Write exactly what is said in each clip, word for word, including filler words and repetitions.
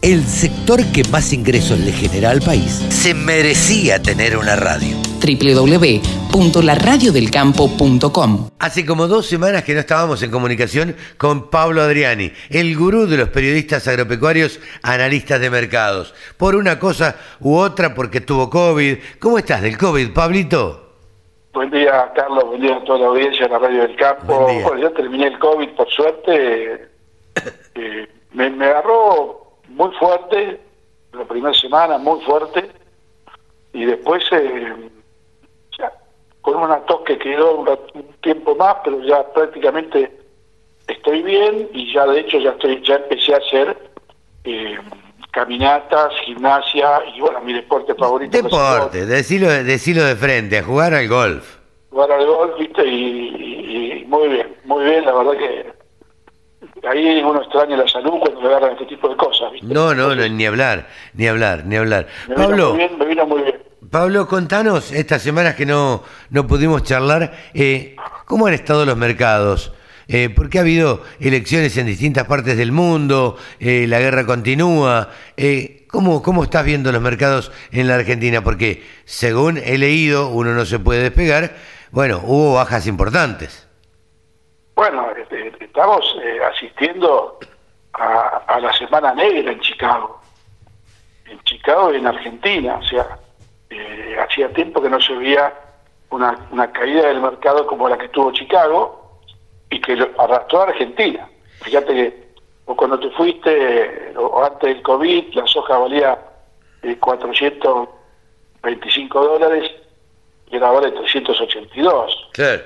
El sector que más ingresos le genera al país se merecía tener una radio. doble u doble u doble u punto la radio del campo punto com. Hace como dos semanas que no estábamos en comunicación con Pablo Adriani, el gurú de los periodistas agropecuarios, analistas de mercados. Por una cosa u otra, porque tuvo COVID. ¿Cómo estás del COVID, Pablito? Buen día, Carlos. Buen día a toda la audiencia de la Radio del Campo. Bueno, ya terminé el COVID, por suerte. Eh, me, me agarró muy fuerte, la primera semana muy fuerte, y después eh, ya, con una tos que quedó un, un tiempo más, pero ya prácticamente estoy bien, y ya de hecho ya estoy ya empecé a hacer eh, caminatas, gimnasia, y bueno, mi deporte favorito. Deporte, decilo, decilo de frente, a jugar al golf. Jugar al golf, viste, y, y, y muy bien, muy bien, la verdad que ahí uno extraña la salud cuando le agarran este tipo de cosas, ¿viste? No, no, no, ni hablar, ni hablar, ni hablar. Me Pablo, vino muy bien, me vino muy bien. Pablo, contanos, estas semanas que no, no pudimos charlar, eh, ¿cómo han estado los mercados? Eh, porque ha habido elecciones en distintas partes del mundo, eh, la guerra continúa. Eh, ¿cómo, ¿Cómo estás viendo los mercados en la Argentina? Porque según he leído, uno no se puede despegar, bueno, hubo bajas importantes. Bueno, este, estamos eh, asistiendo a, a la Semana Negra en Chicago. En Chicago y en Argentina. O sea, eh, hacía tiempo que no se veía una, una caída del mercado como la que tuvo Chicago y que lo arrastró a Argentina. Fíjate que vos cuando te fuiste, o antes del COVID, la soja valía eh, cuatrocientos veinticinco dólares y ahora vale trescientos ochenta y dos. Claro.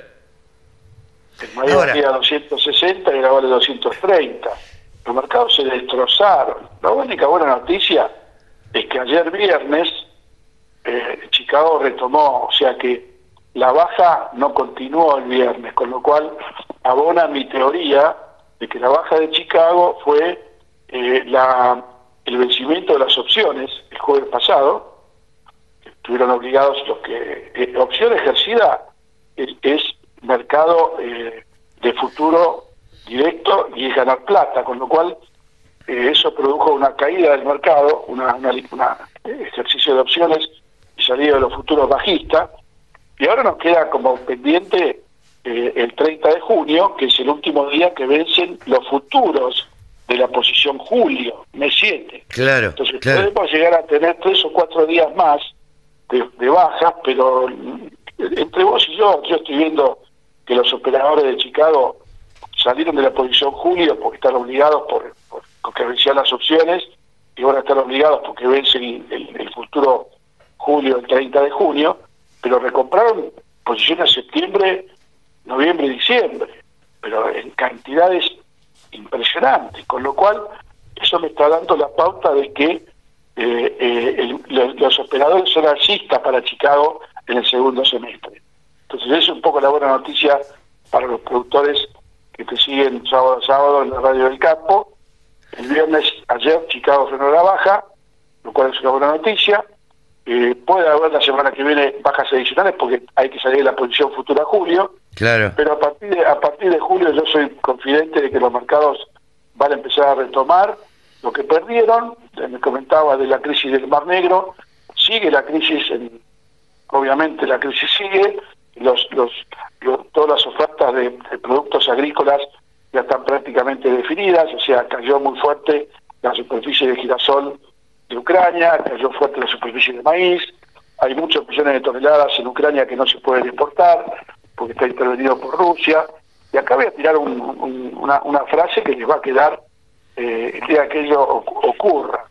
El maíz valía doscientos sesenta y ahora vale doscientos treinta. Los mercados se destrozaron. La única buena noticia es que ayer viernes eh, Chicago retomó, o sea que la baja no continuó el viernes, con lo cual abona mi teoría de que la baja de Chicago fue eh, la, el vencimiento de las opciones el jueves pasado, que estuvieron obligados los que... Eh, opción ejercida es, es mercado eh, de futuro directo y es ganar plata, con lo cual eh, eso produjo una caída del mercado, una, una, una ejercicio de opciones y salida de los futuros bajistas, y ahora nos queda como pendiente eh, el treinta de junio, que es el último día que vencen los futuros de la posición julio, mes siete. Claro, Entonces claro. podemos llegar a tener tres o cuatro días más de, de bajas, pero entre vos y yo, yo estoy viendo que los operadores de Chicago salieron de la posición julio porque están obligados por, por porque vencían las opciones, y ahora están obligados porque vence el, el, el futuro julio, el treinta de junio, pero recompraron posiciones septiembre, noviembre y diciembre, pero en cantidades impresionantes, con lo cual eso me está dando la pauta de que eh, eh, el, los, los operadores son alcistas para Chicago en el segundo semestre. Entonces esa es un poco la buena noticia para los productores que te siguen sábado a sábado en la Radio del Campo. El viernes, ayer, Chicago frenó la baja, lo cual es una buena noticia. Eh, puede haber la semana que viene bajas adicionales porque hay que salir de la posición futura a julio. Claro. Pero a partir de, a partir de julio yo soy confidente de que los mercados van a empezar a retomar lo que perdieron. Me comentaba de la crisis del Mar Negro. Sigue la crisis, en, obviamente la crisis sigue. Los, los, los, todas las ofertas de, de productos agrícolas ya están prácticamente definidas, o sea, cayó muy fuerte la superficie de girasol de Ucrania, cayó fuerte la superficie de maíz, hay muchos millones de toneladas en Ucrania que no se pueden exportar porque está intervenido por Rusia, y acá voy a tirar un, un, una, una frase que les va a quedar eh, el día que ello ocurra.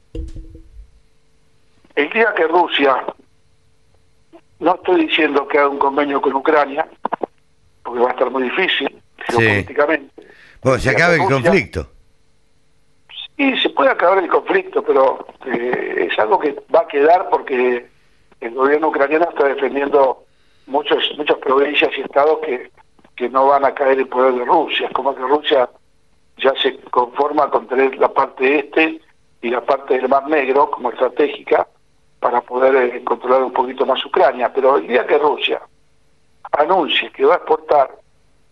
El día que Rusia, no estoy diciendo que haga un convenio con Ucrania, porque va a estar muy difícil geopolíticamente. Sí. Bueno, se acaba el Rusia, conflicto. Sí, se puede acabar el conflicto, pero eh, es algo que va a quedar porque el gobierno ucraniano está defendiendo muchos muchas provincias y estados que, que no van a caer en poder de Rusia. Es como que Rusia ya se conforma con tener la parte este y la parte del Mar Negro como estratégica para poder eh, controlar un poquito más Ucrania. Pero el día que Rusia anuncie que va a exportar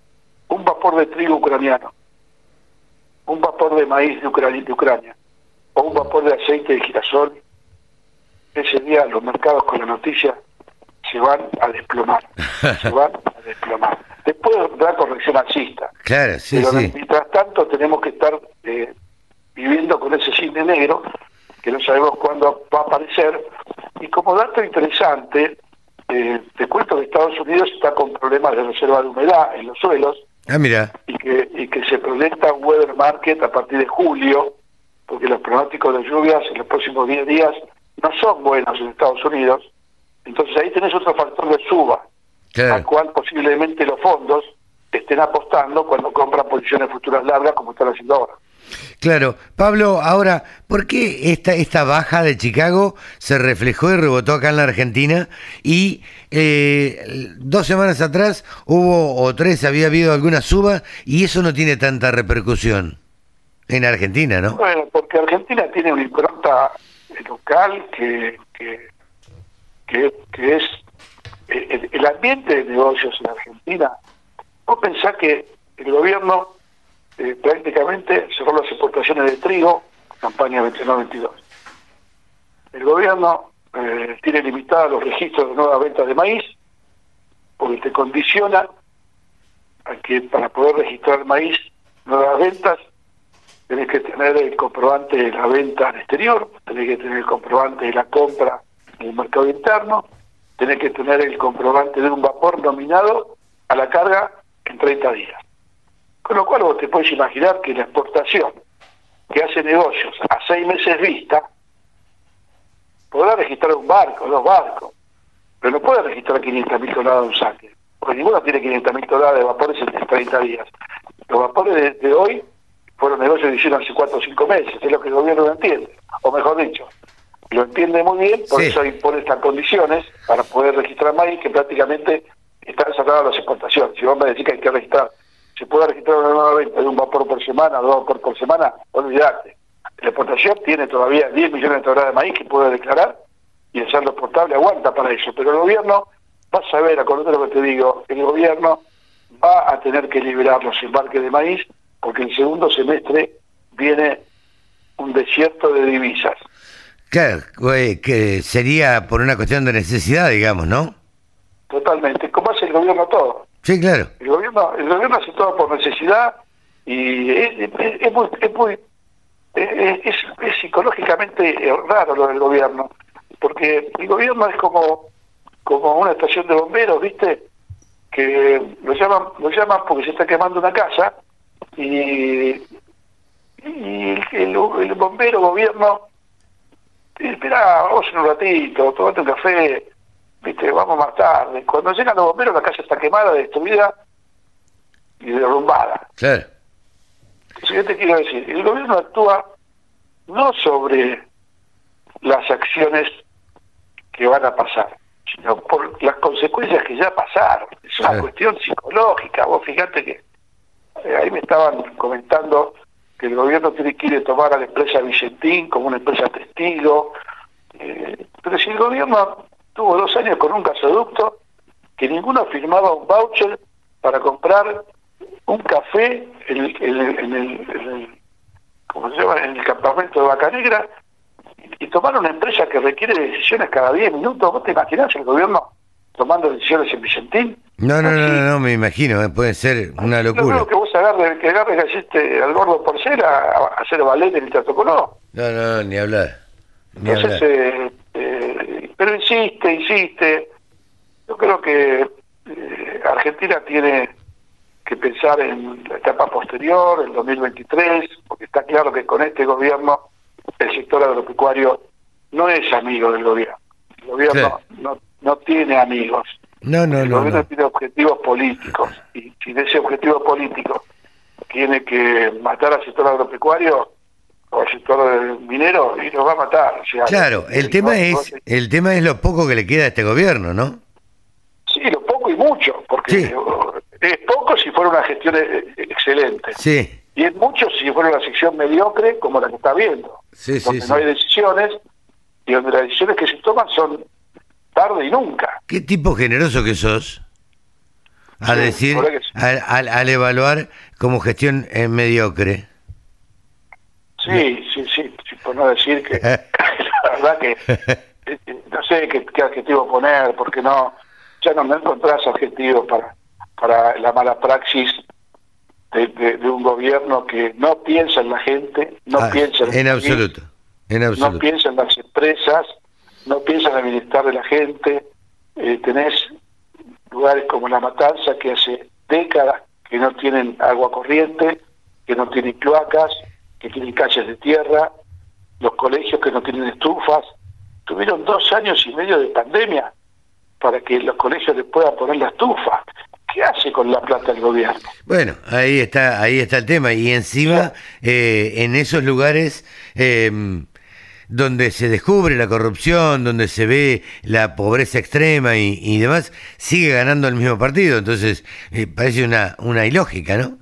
un vapor de trigo ucraniano, un vapor de maíz de Ucrania, de Ucrania o un vapor de aceite de girasol, ese día los mercados con la noticia se van a desplomar, se van a desplomar. Después da corrección alcista. Claro, sí, pero sí. mientras tanto tenemos que estar eh, viviendo con ese cisne negro, que no sabemos cuándo va a aparecer. Y como dato interesante, eh, te cuento que Estados Unidos está con problemas de reserva de humedad en los suelos, Ah, mira. y que, y que se proyecta un weather market a partir de julio, porque los pronósticos de lluvias en los próximos diez días no son buenos en Estados Unidos. Entonces ahí tenés otro factor de suba, Claro. al cual posiblemente los fondos estén apostando cuando compran posiciones futuras largas como están haciendo ahora. Claro. Pablo, ahora, ¿por qué esta, esta baja de Chicago se reflejó y rebotó acá en la Argentina? Y eh, dos semanas atrás hubo, o tres, había habido alguna suba y eso no tiene tanta repercusión en Argentina, ¿no? Bueno, porque Argentina tiene una impronta local que, que, que, que es el, el ambiente de negocios en Argentina. Vos pensás que el gobierno eh, prácticamente cerró las exportaciones de trigo, campaña veintiuno veintidós. El gobierno eh, tiene limitados los registros de nuevas ventas de maíz, porque te condiciona a que para poder registrar maíz, nuevas ventas, tenés que tener el comprobante de la venta al exterior, tenés que tener el comprobante de la compra en el mercado interno, tenés que tener el comprobante de un vapor nominado a la carga en treinta días. Con lo cual vos te puedes imaginar que la exportación que hace negocios a seis meses vista podrá registrar un barco, dos barcos, pero no puede registrar quinientas mil toneladas de un saque, porque ninguno tiene quinientas mil toneladas de vapores en treinta días. Los vapores de, de hoy fueron negocios que hicieron hace cuatro o cinco meses, es lo que el gobierno no entiende, o mejor dicho, lo entiende muy bien, por Sí. eso impone estas condiciones para poder registrar maíz, que prácticamente están cerradas las exportaciones. Si vos me decís que hay que registrar, se puede registrar una nueva venta de un vapor por semana, dos vapor por semana, olvidate. La exportación tiene todavía diez millones de toneladas de maíz que puede declarar, y hacerlo exportable aguanta para eso, pero el gobierno, vas a ver, acordate lo que te digo, el gobierno va a tener que liberar los embarques de maíz, porque el segundo semestre viene un desierto de divisas. Claro, eh, que sería por una cuestión de necesidad, digamos, ¿no? Totalmente, como hace el gobierno todo. Sí, claro. El gobierno el gobierno hace todo por necesidad, y es, es, es muy, es, muy es, es, es psicológicamente raro lo del gobierno, porque el gobierno es como, como una estación de bomberos, ¿viste? Que lo llaman, lo llaman porque se está quemando una casa, y, y el, el, el bombero gobierno, espera, vamos en un ratito, tomate un café, viste, vamos más tarde. Cuando llegan los bomberos la casa está quemada, destruida y derrumbada. Claro. Entonces, ¿qué te quiero decir? El gobierno actúa no sobre las acciones que van a pasar, sino por las consecuencias que ya pasaron. Es una Claro. cuestión psicológica. Vos fíjate que eh, ahí me estaban comentando que el gobierno tiene, quiere tomar a la empresa Vicentín como una empresa testigo, eh, pero si el gobierno tuvo dos años con un gasoducto que ninguno firmaba un voucher para comprar un café en el, en el, en el, en el, ¿cómo se llama? En el campamento de Vaca Negra, y, y tomar una empresa que requiere decisiones cada diez minutos. ¿Vos te imaginás el gobierno tomando decisiones en Vicentín? No, no, no, no, no, me imagino, eh, puede ser una Lo locura. mismo que vos agarres, que agarres que hiciste al gordo Porcel a, a hacer ballet en el Teatro Colón. No, no, ni hablar. Ni Entonces, hablar. eh, eh, pero insiste, insiste. Yo creo que eh, Argentina tiene que pensar en la etapa posterior, el dos mil veintitrés, porque está claro que con este gobierno el sector agropecuario no es amigo del gobierno. El gobierno Sí. no, no tiene amigos. No, no, El no, gobierno no. tiene objetivos políticos, y si de ese objetivo político tiene que matar al sector agropecuario o al sector minero, y lo va a matar. O sea, Claro, el eh, tema no- es, no- el tema es lo poco que le queda a este gobierno, ¿no? Sí, lo poco y mucho, porque Sí. es poco si fuera una gestión eh, excelente, Sí, y es mucho si fuera una sección mediocre como la que está viendo, sí, sí, donde sí. no hay decisiones, y donde las decisiones que se toman son tarde y nunca. Qué tipo generoso que sos. A Sí, decir, por ahí que sí. al, al, al evaluar como gestión eh, mediocre. Sí, sí, sí, sí. por no decir que la verdad que no sé qué, qué adjetivo poner, porque no ya no me encontrás adjetivos para para la mala praxis de, de, de un gobierno que no piensa en la gente, no ah, piensa en, en el absoluto, país, en absoluto, no piensa en las empresas, no piensa en el bienestar de la gente. Eh, tenés lugares como La Matanza que hace décadas que no tienen agua corriente, que no tienen cloacas, que tienen calles de tierra, los colegios que no tienen estufas. Tuvieron dos años y medio de pandemia para que los colegios les puedan poner la estufa. ¿Qué hace con la plata el gobierno? Bueno, ahí está, ahí está el tema. Y encima, eh, en esos lugares eh, donde se descubre la corrupción, donde se ve la pobreza extrema y, y demás, sigue ganando el mismo partido. Entonces, eh, parece una, una ilógica, ¿no?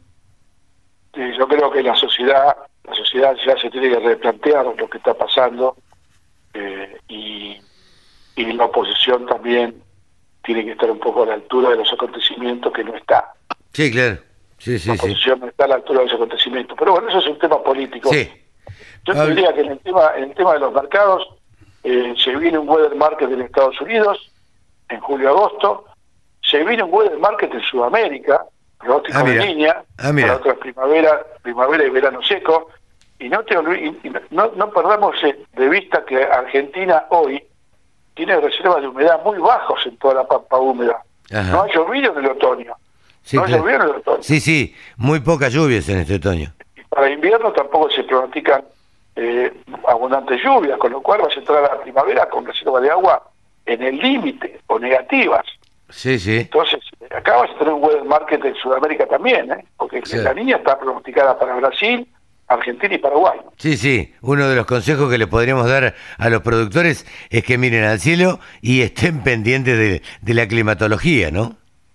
Sí, yo creo que la sociedad, la sociedad ya se tiene que replantear lo que está pasando, eh, y, y la oposición también tiene que estar un poco a la altura de los acontecimientos, que no está. Sí, claro. Sí, sí, la oposición sí. no está a la altura de los acontecimientos. Pero bueno, eso es un tema político. Sí. Yo te diría que en el tema, en el tema de los mercados, eh, se viene un weather market en Estados Unidos, en julio-agosto, se viene un weather market en Sudamérica, pronóstico ah, de línea, ah, para otras primavera, primavera y verano seco, y no te olvides, y no, no perdamos de vista que Argentina hoy tiene reservas de humedad muy bajos en toda la pampa húmeda. Ajá. No ha llovido en el otoño. Sí, no claro. ha llovido en el otoño. Sí, sí, muy pocas lluvias en este otoño. Y para invierno tampoco se pronostican eh, abundantes lluvias, con lo cual vas a entrar a la primavera con reservas de agua en el límite o negativas. Sí, sí. Entonces, acá vas a tener un weather market en Sudamérica también, ¿eh? Porque sí. La niña está pronosticada para Brasil, Argentina y Paraguay. Sí, sí, uno de los consejos que le podríamos dar a los productores es que miren al cielo y estén pendientes de, de la climatología, ¿no?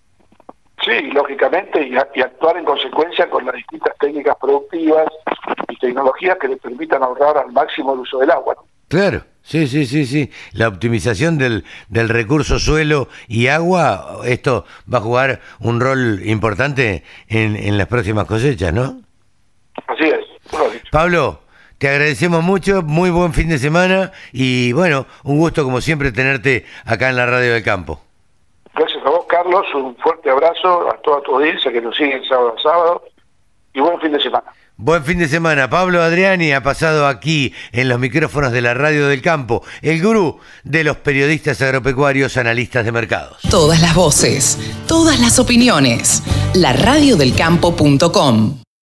Sí, lógicamente, y, y actuar en consecuencia con las distintas técnicas productivas y tecnologías que les permitan ahorrar al máximo el uso del agua, ¿no? Claro, sí, sí, sí, sí. La optimización del, del recurso suelo y agua, esto va a jugar un rol importante en, en las próximas cosechas, ¿no? Así es. Pablo, te agradecemos mucho, muy buen fin de semana y bueno, un gusto como siempre tenerte acá en la Radio del Campo. Gracias a vos, Carlos, un fuerte abrazo a toda tu audiencia que nos sigue sábado a sábado y buen fin de semana. Buen fin de semana. Pablo Adriani ha pasado aquí en los micrófonos de la Radio del Campo, el gurú de los periodistas agropecuarios, analistas de mercados. Todas las voces, todas las opiniones, la radio del campo punto com.